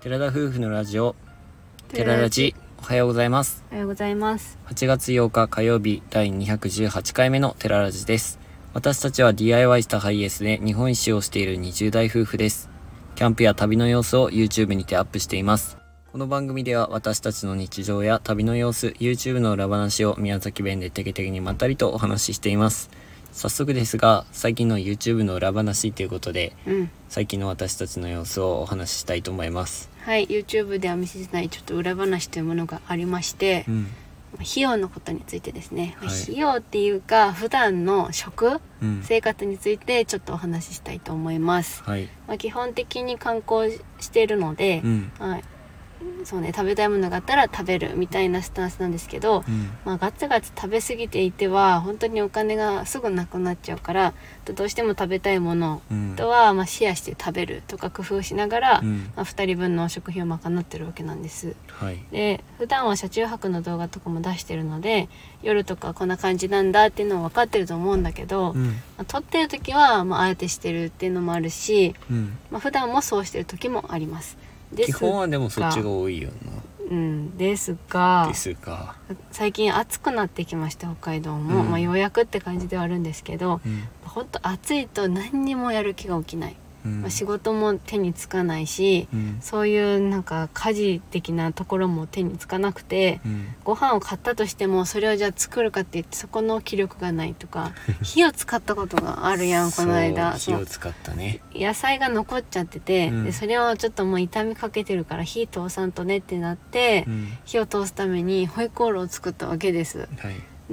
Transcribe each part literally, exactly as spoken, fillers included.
寺田夫婦のラジオ寺ラジ、おはようございます。 おはようございます。 はちがつようか火曜日だいにひゃくじゅうはちかいめの寺ラジです。私たちは ディーアイワイ したハイエースで日本一周をしているにじゅう代夫婦です。キャンプや旅の様子を YouTube にてアップしています。この番組では私たちの日常や旅の様子、YouTube の裏話を宮崎弁でテケテケにまったりとお話ししています。早速ですが、最近の YouTube の裏話ということで、 うん、 最近の私たちの様子をお話ししたいと思います。 はい、YouTube では見せてないちょっと裏話というものがありまして、うん、費用のことについてですね、はい、費用っていうか普段の食、うん、生活についてちょっとお話ししたいと思います。はい、まあ、基本的に観光しているので、うん、はい、そうね、食べたいものがあったら食べるみたいなスタンスなんですけど、うん、まあ、ガツガツ食べ過ぎていては本当にお金がすぐなくなっちゃうから、どうしても食べたいものとは、まあ、シェアして食べるとか工夫しながら、うん、まあ、ふたりぶんの食費を賄ってるわけなんです。はい、で普段は車中泊の動画とかも出してるので、夜とかこんな感じなんだっていうのは分かってると思うんだけど、うん、まあ、撮ってる時は、まあ、あえてしてるっていうのもあるし、うん、まあ、普段もそうしてる時もあります。 基本はでもそっちが多いよな。 うんですがですが最近暑くなってきまして、北海道も、うん、まあ、ようやくって感じではあるんですけど、うん、ほんと暑いと何にもやる気が起きない、うん、まあ、仕事も手につかないし、うん、そういうなんか家事的なところも手につかなくて、うん、ご飯を買ったとしてもそれをじゃあ作るかって言ってそこの気力がないとか火を使ったことがあるやんこの間。 そう、火を使ったね。 野菜が残っちゃってて、うん、でそれをちょっともう傷みかけてるから火通さんとねってなって、うん、火を通すためにホイコーローを作ったわけです。はい、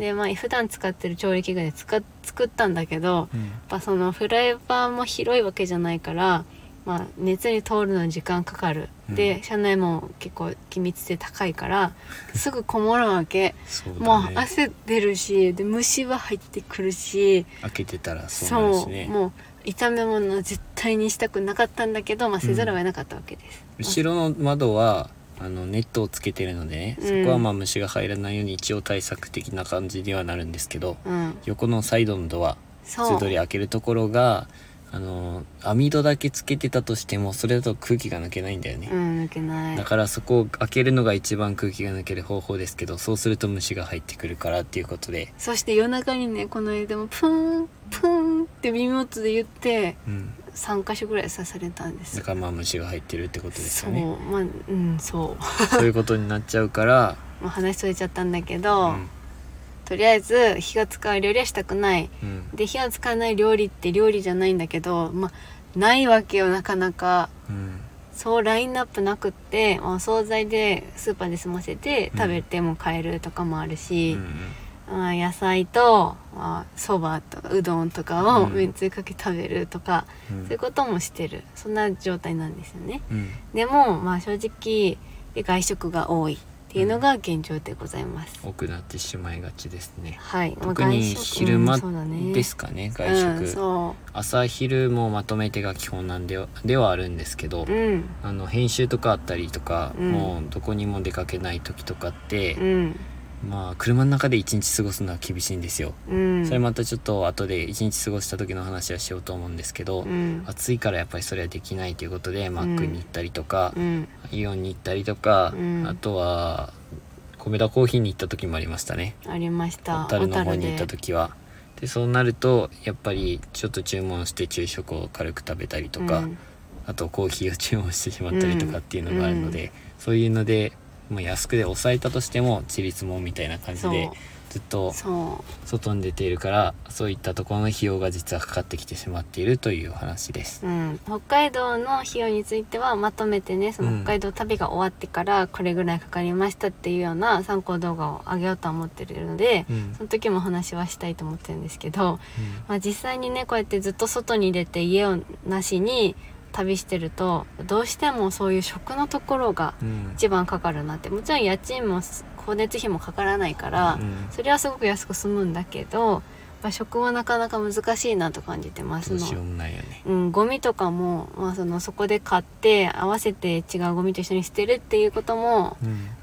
でまあ、普段使ってる調理器具で使っ作ったんだけど、うん、やっぱそのフライパンも広いわけじゃないから、まあ、熱に通るのに時間かかる、うん、で車内も結構気密性高いからすぐこもるわけそうだね、もう汗出るしで虫は入ってくるし、 開けてたらそうなるしね。 そう、もう炒め物は絶対にしたくなかったんだけど、まあ、せざるを得なかったわけです。 うん、後ろの窓はあのネットをつけてるのでね、うん、そこはまあ虫が入らないように一応対策的な感じにはなるんですけど、うん、横のサイドのドア普通通り開けるところがあの網戸だけつけてたとしてもそれだと空気が抜けないんだよね。 うん、抜けない。 だからそこを開けるのが一番空気が抜ける方法ですけど、そうすると虫が入ってくるからっていうことで、 そして夜中にねこの間もプーンプーンって耳元で言って、うん、さんかしょぐらい刺されたんです。 だからまあ虫が入ってるってことですよね。 そう、まあ、うん、そうそういうことになっちゃうからまあ話しとれちゃったんだけど、うん、とりあえず火が使う料理はしたくない、うん、で火が使わない料理って料理じゃないんだけど、まあないわけよなかなか、うん、そうラインナップなくって、まあ、お惣菜でスーパーで済ませて食べても買えるとかもあるし、うん、まあ、野菜とそば、まあ、とかうどんとかをめんつゆかけ食べるとか、うん、そういうこともしてる、そんな状態なんですよね。うん、でもまあ正直外食が多いっていうのが現状でございます。 多くなってしまいがちですね。 はい、 特に昼間ですかね、外食、うん、そう、朝昼もまとめてが基本なんでは、ではあるんですけど、うん、あの編集とかあったりとか、うん、もうどこにも出かけない時とかって、うん、まあ車の中で一日過ごすのは厳しいんですよ。うん、それまたちょっと後で一日過ごした時の話はしようと思うんですけど、うん、暑いからやっぱりそれはできないということで、マックに行ったりとか、うん、イオンに行ったりとか、うん、あとは米田コーヒーに行った時もありましたね。 ありました。 小樽の方に行った時はで、そうなるとやっぱりちょっと注文して昼食を軽く食べたりとか、うん、あとコーヒーを注文してしまったりとかっていうのがあるので、うん、そういうのでまあ、安くで抑えたとしてもチリツモみたいな感じでずっと外に出ているから、そういったところの費用が実はかかってきてしまっているという話です。 うん、北海道の費用についてはまとめてね、その北海道旅が終わってからこれぐらいかかりましたっていうような参考動画を上げようと思ってるので、うん、その時も話はしたいと思ってるんですけど、うん、まあ、実際にねこうやってずっと外に出て家をなしに旅してるとどうしてもそういう食のところが一番かかるなって、うん、もちろん家賃も光熱費もかからないから、うん、それはすごく安く済むんだけど、まあ、食はなかなか難しいなと感じてますの。 どうしようもないよね。 うん、ゴミとかも、まあ、そのそこで買って合わせて違うゴミと一緒に捨てるっていうことも、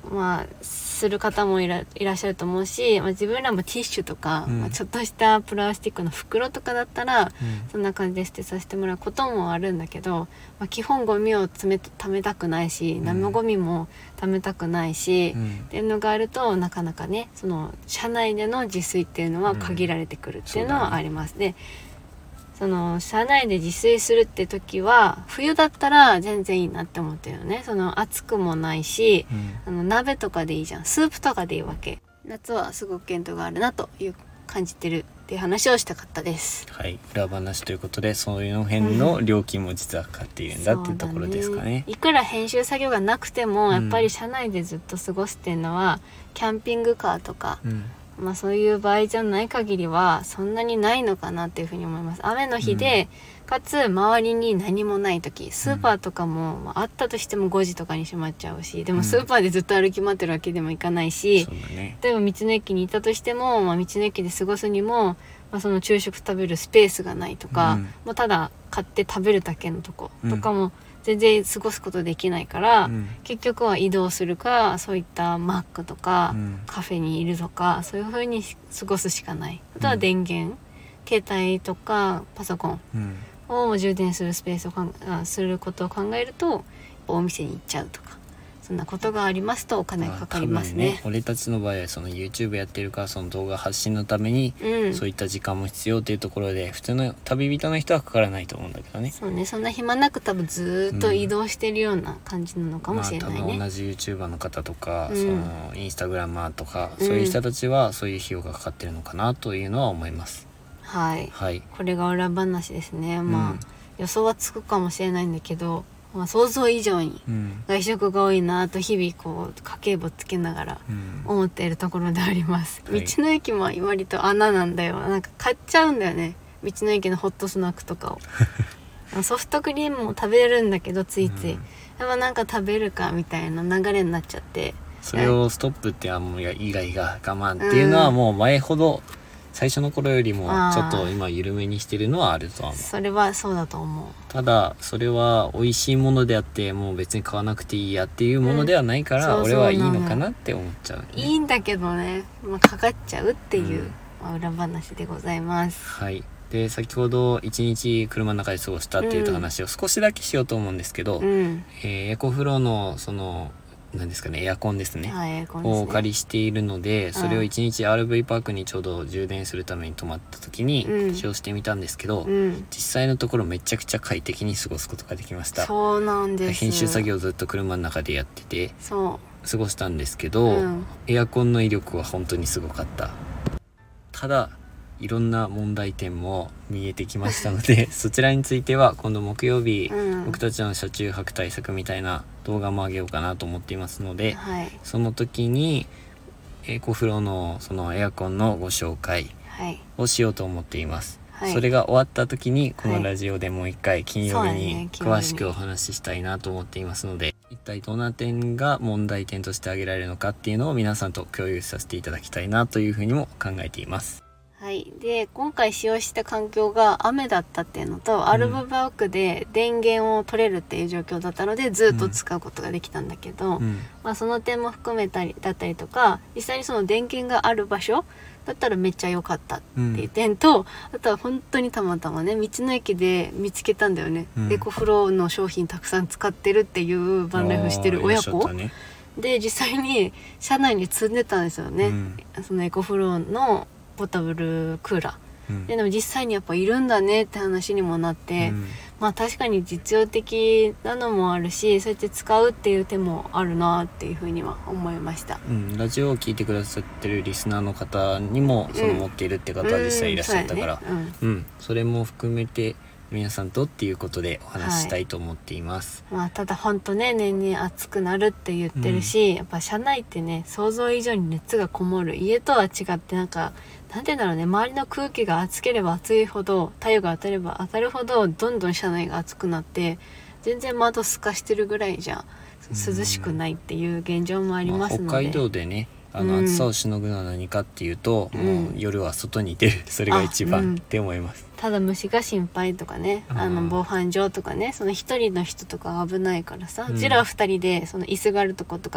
まあする方もい ら, いらっしゃると思うし、まあ、自分らもティッシュとか、 うんまあ、ちょっとしたプラスチックの袋とかだったら、 うんそんな感じで捨てさせてもらうこともあるんだけど、まあ、基本ゴミを詰め溜めたくないし、生ゴミも溜めたくないし、 うんっていうのがあるとなかなかねその車内での自炊っていうのは限られてくるっていうのはあります。でその車内で自炊するって時は冬だったら全然いいなって思ってるよね。その暑くもないし、 うんあの鍋とかでいいじゃん、スープとかでいいわけ。夏はすごく検討があるなという感じてるっていう話をしたかったです。 はい、裏話ということでそういうの辺の料金も実はかかっているんだっていうところですかね。 いくら編集作業がなくても、 うんやっぱり車内でずっと過ごすっていうのはキャンピングカーとか、 うんまあ、そういう場合じゃない限りはそんなにないのかなっていうふうに思います。雨の日で、うん、かつ周りに何もない時、スーパーとかも、まあ、あったとしてもごじとかに閉まっちゃうし、でもスーパーでずっと歩き回ってるわけでもいかないし、 そうだね、 例えば道の駅にいたとしても、まあ、道の駅で過ごすにも、まあ、その昼食食べるスペースがないとか、 うんもうただ買って食べるだけのとことかも全然過ごすことできないから、 うん、 結局は移動するか、そういったマックとか、 うん、 カフェにいるとか、そういう風に過ごすしかない。あとは電源、うん、携帯とかパソコンを充電するスペースをかんあすることを考えるとお店に行っちゃうとか、そんなことがありますとお金がかかりますね。 ね、俺たちの場合はその YouTube やってるから、その動画発信のためにそういった時間も必要というところで、うん、普通の旅人の人はかからないと思うんだけどね。 そうね、そんな暇なく多分ずっと移動してるような感じなのかもしれないね。 うんまあ、多分同じ YouTuber の方とか、 うん、 そのインスタグラマーとか、そういう人たちはそういう費用がかかってるのかなというのは思います。 はい、 はい、 これが裏話ですね。まあ、うん、予想はつくかもしれないんだけど、まあ、想像以上に外食が多いなと日々こう家計簿つけながら思っているところであります、うん、道の駅も割と穴なんだよ。なんか買っちゃうんだよね、道の駅のホットスナックとかをソフトクリームも食べるんだけどついつい、うん、でもなんか食べるかみたいな流れになっちゃって、 それをストップってあもう以外が我慢っていうのはもう前ほど、うん最初の頃よりもちょっと今緩めにしてるのはあるとは思う。 それはそうだと思う。 ただそれは美味しいものであって、もう別に買わなくていいやっていうものではないから、うん、俺はいいのかなって思っちゃう、ね、 いいんだけどね、まあ、かかっちゃうっていう、うんまあ、裏話でございます。 はい。で先ほど一日車の中で過ごしたっていう話を少しだけしようと思うんですけど、うんえー、エコフローのそのなんですかねエアコンですね、 はい、エアコンですねをお借りしているので、それをいちにち アールブイ パークにちょうど充電するために泊まった時に使用してみたんですけど、うん、実際のところめちゃくちゃ快適に過ごすことができました。 そうなんです。 編集作業をずっと車の中でやっててそう過ごしたんですけど、うん、エアコンの威力は本当にすごかった。ただいろんな問題点も見えてきましたのでそちらについては今度木曜日、うん、僕たちの車中泊対策みたいな動画も上げようかなと思っていますので、 はい、 その時にエコフロのそのエアコンのご紹介をしようと思っています、はい、それが終わった時にこのラジオでもう一回金曜日に詳しくお話ししたいなと思っていますので、一体どんな点が問題点として挙げられるのかっていうのを皆さんと共有させていただきたいなというふうにも考えています。 はい、で今回使用した環境が雨だったっていうのと、うん、アルブバークで電源を取れるっていう状況だったのでずっと使うことができたんだけど、うんまあ、その点も含めたりだったりとか、実際にその電源がある場所だったらめっちゃ良かったっていう点と、うん、あとは本当にたまたまね道の駅で見つけたんだよね、うん、エコフローの商品たくさん使ってるっていうバンライフしてる親子、ね、で実際に車内に積んでたんですよね、うん、そのエコフローのポータブルクーラー、うん、で, でも実際にやっぱいるんだねって話にもなって、うん、まあ確かに実用的なのもあるし、そうやって使うっていう手もあるなっていうふうには思いました、 うん、ラジオを聞いてくださってるリスナーの方にもその持っているって方は実際いらっしゃったから、うんうん そ, ねうんうん、それも含めて皆さんとっていうことでお話ししたいと思っています、 はいまあ、ただ本当ね年々暑くなるって言ってるし、うん、やっぱ車内ってね想像以上に熱がこもる。家とは違ってなんかなんて言うんだろうね、周りの空気が暑ければ暑いほど、太陽が当たれば当たるほどどんどん車内が暑くなって全然窓透かしてるぐらいじゃ涼しくないっていう現状もありますので、 まあ、北海道でねあの暑さをしのぐのは何かっていうと、うん、もう夜は外に出る、それが一番って思います、 うん、ただ虫が心配とかね、あの防犯上とかね、その一人の人とか危ないからさ、うちらは二人でその椅子があるとことか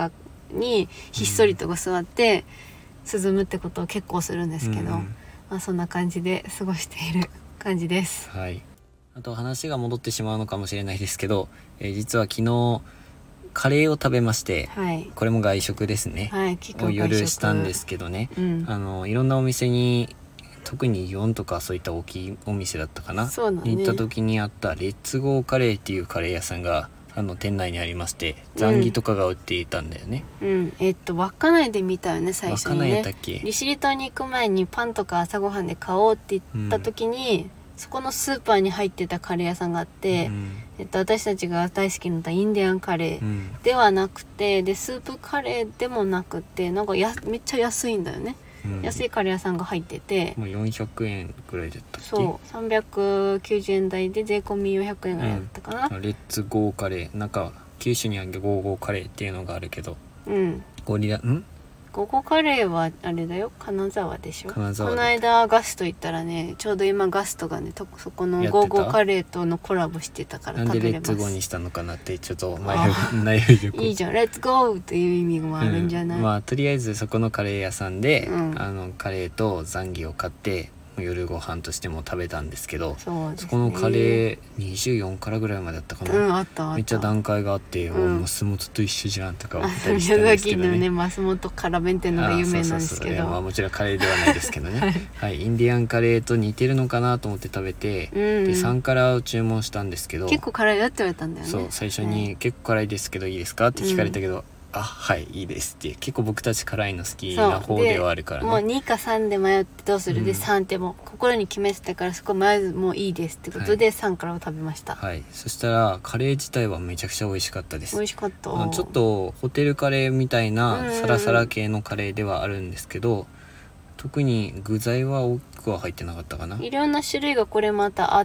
にひっそりとこう座って涼むってことを結構するんですけど、うん、まあ、そんな感じで過ごしている感じです。 はい。あと話が戻ってしまうのかもしれないですけど、えー、実は昨日カレーを食べまして、はい、これも外食ですね、はい、を夜したんですけどね、うん、あのいろんなお店に、特にイオンとかそういった大きいお店だったかな、そうだね、に行った時にあったレッツゴーカレーっていうカレー屋さんがあの店内にありまして、ザンギとかが売っていたんだよね。 うん、うん、えっと稚内で見たよね、最初にね。稚内やったっけ？利尻島に行く前にパンとか朝ごはんで買おうって言った時に、うん、そこのスーパーに入ってたカレー屋さんがあって、うん、えっと、私たちが大好きなインディアンカレーではなくて、でスープカレーでもなくて、なんかやめっちゃ安いんだよね、うん、安いカレー屋さんが入ってて、 もうよんひゃくえんくらいだったっけ。 そうさんびゃくきゅうじゅうえん台で税込みよんひゃくえんぐらいだったかな、 うん、レッツゴーカレー、なんか九州にはゴーゴーカレーっていうのがあるけど、うん、ゴリラんゴーゴーカレーはあれだよ、金沢でしょ。金沢。この間ガスト行ったらね、ちょうど今ガストがね、とそこのゴーゴーカレーとのコラボしてたから食べれます。 なんでレッツゴーにしたのかなってちょっと悩みいいじゃん、レッツゴーっていう意味もあるんじゃない、 うん、まあとりあえずそこのカレー屋さんで、うん、あのカレーとザンギを買って夜ご飯としても食べたんですけど、 そ, うです、ね、そこのカレーにじゅうよんからぐらいまでだったかな、 うん、あったあった、 めっちゃ段階があって、うん、マスモトと一緒じゃんとか思ったりしたんですけどね。 宮崎のねマスモト辛弁っていうのが有名なんですけど、 まあ、もちろんカレーではないですけどね、はいはい、インディアンカレーと似てるのかなと思って食べて、うん、でさん辛を注文したんですけど、 結構辛いよって言われたんだよね。 そう最初に、はい、結構辛いですけどいいですかって聞かれたけど、うん、あはいいいですって、結構僕たち辛いの好きな方ではあるからね。 もうにかさんで迷ってどうする、うん、でさんってもう心に決めてたから、そこまずもういいですってことで、はい、さんからを食べました。 はい、そしたらカレー自体はめちゃくちゃ美味しかったです。 美味しかった。 ちょっとホテルカレーみたいなサラサラ系のカレーではあるんですけど、特に具材は大きくは入ってなかったかな。 いろんな種類がこれまたあって、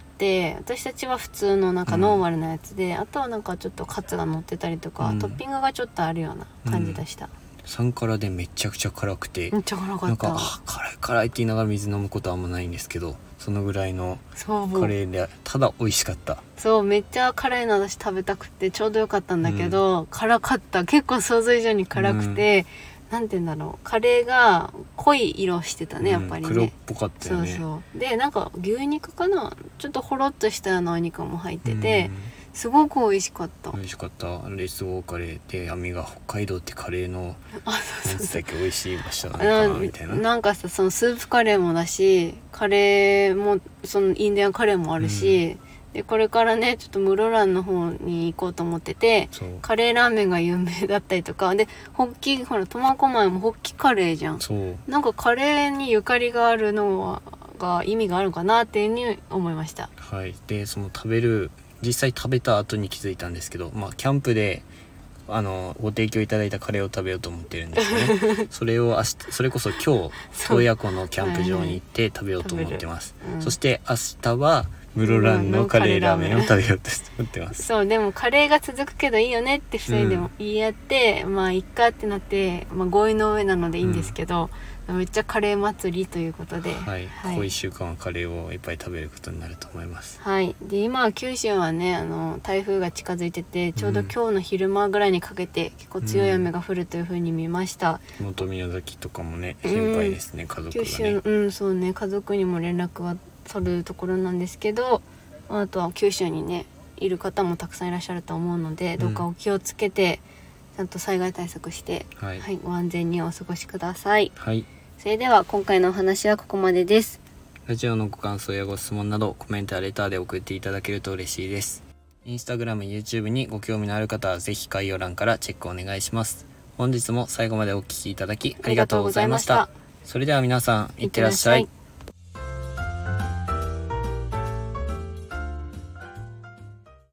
私たちは普通のなんかノーマルなやつで、うん、あとはなんかちょっとカツが乗ってたりとか、うん、トッピングがちょっとあるような感じでした。うん、 さん辛でめちゃくちゃ辛くて、 めっちゃ辛かった。 なんかあ辛い辛いって言いながら水飲むことはあんまないんですけど、そのぐらいのカレーでただ美味しかった。 そうめっちゃ辛いの私食べたくてちょうどよかったんだけど、うん、辛かった。結構想像以上に辛くて、うん、なんて言うんだろう、カレーが濃い色してたね、やっぱりね、うん、 黒っぽかったよね。 そうそうでなんか牛肉かな、ちょっとほろっとしたようなお肉も入ってて、うん、すごく美味しかった。 美味しかった。レッツゴーカレーで網が北海道ってカレーのやつだけ美味しい場所なのかなみたいな。 なんかさ、そのスープカレーもだし、カレーもそのインディアンカレーもあるし、うん、でこれからねちょっと室蘭の方に行こうと思ってて、カレーラーメンが有名だったりとかで、ホッキほら苫小牧もホッキカレーじゃん。そうなんかカレーにゆかりがあるのはが意味があるかなっていうふうに思いました。 はい。でその食べる実際食べた後に気づいたんですけど、まあキャンプであのご提供いただいたカレーを食べようと思ってるんですね。それを明日、それこそ今日洞爺湖のキャンプ場に行って食べようと思ってます。うん、そして明日は室蘭のカレーラーメンを食べようと思ってます。 そうでもカレーが続くけどいいよねってふたりでも言い合って、うん、まあいっかってなって、まあ、合意の上なのでいいんですけど、うん、めっちゃカレー祭りということで、 はい、はい、こういっしゅうかんはカレーをいっぱい食べることになると思います。 はい。で今は九州はね、あの台風が近づいてて、ちょうど今日の昼間ぐらいにかけて結構強い雨が降るというふうに見ました。 地元、うん、宮崎とかもね心配ですね、うん、家族がね。 九州、うんそうね、家族にも連絡は取るところなんですけど、あとは九州にねいる方もたくさんいらっしゃると思うので、どうかお気をつけてちゃんと災害対策して、はいはい、ご安全にお過ごしください。はい。それでは今回のお話はここまでです。 ラジオのご感想やご質問などコメントやレターで送っていただけると嬉しいです。インスタグラム、YouTube にご興味のある方はぜひ概要欄からチェックお願いします。本日も最後までお聞きいただきありがとうございました。それでは皆さんいってらっしゃい。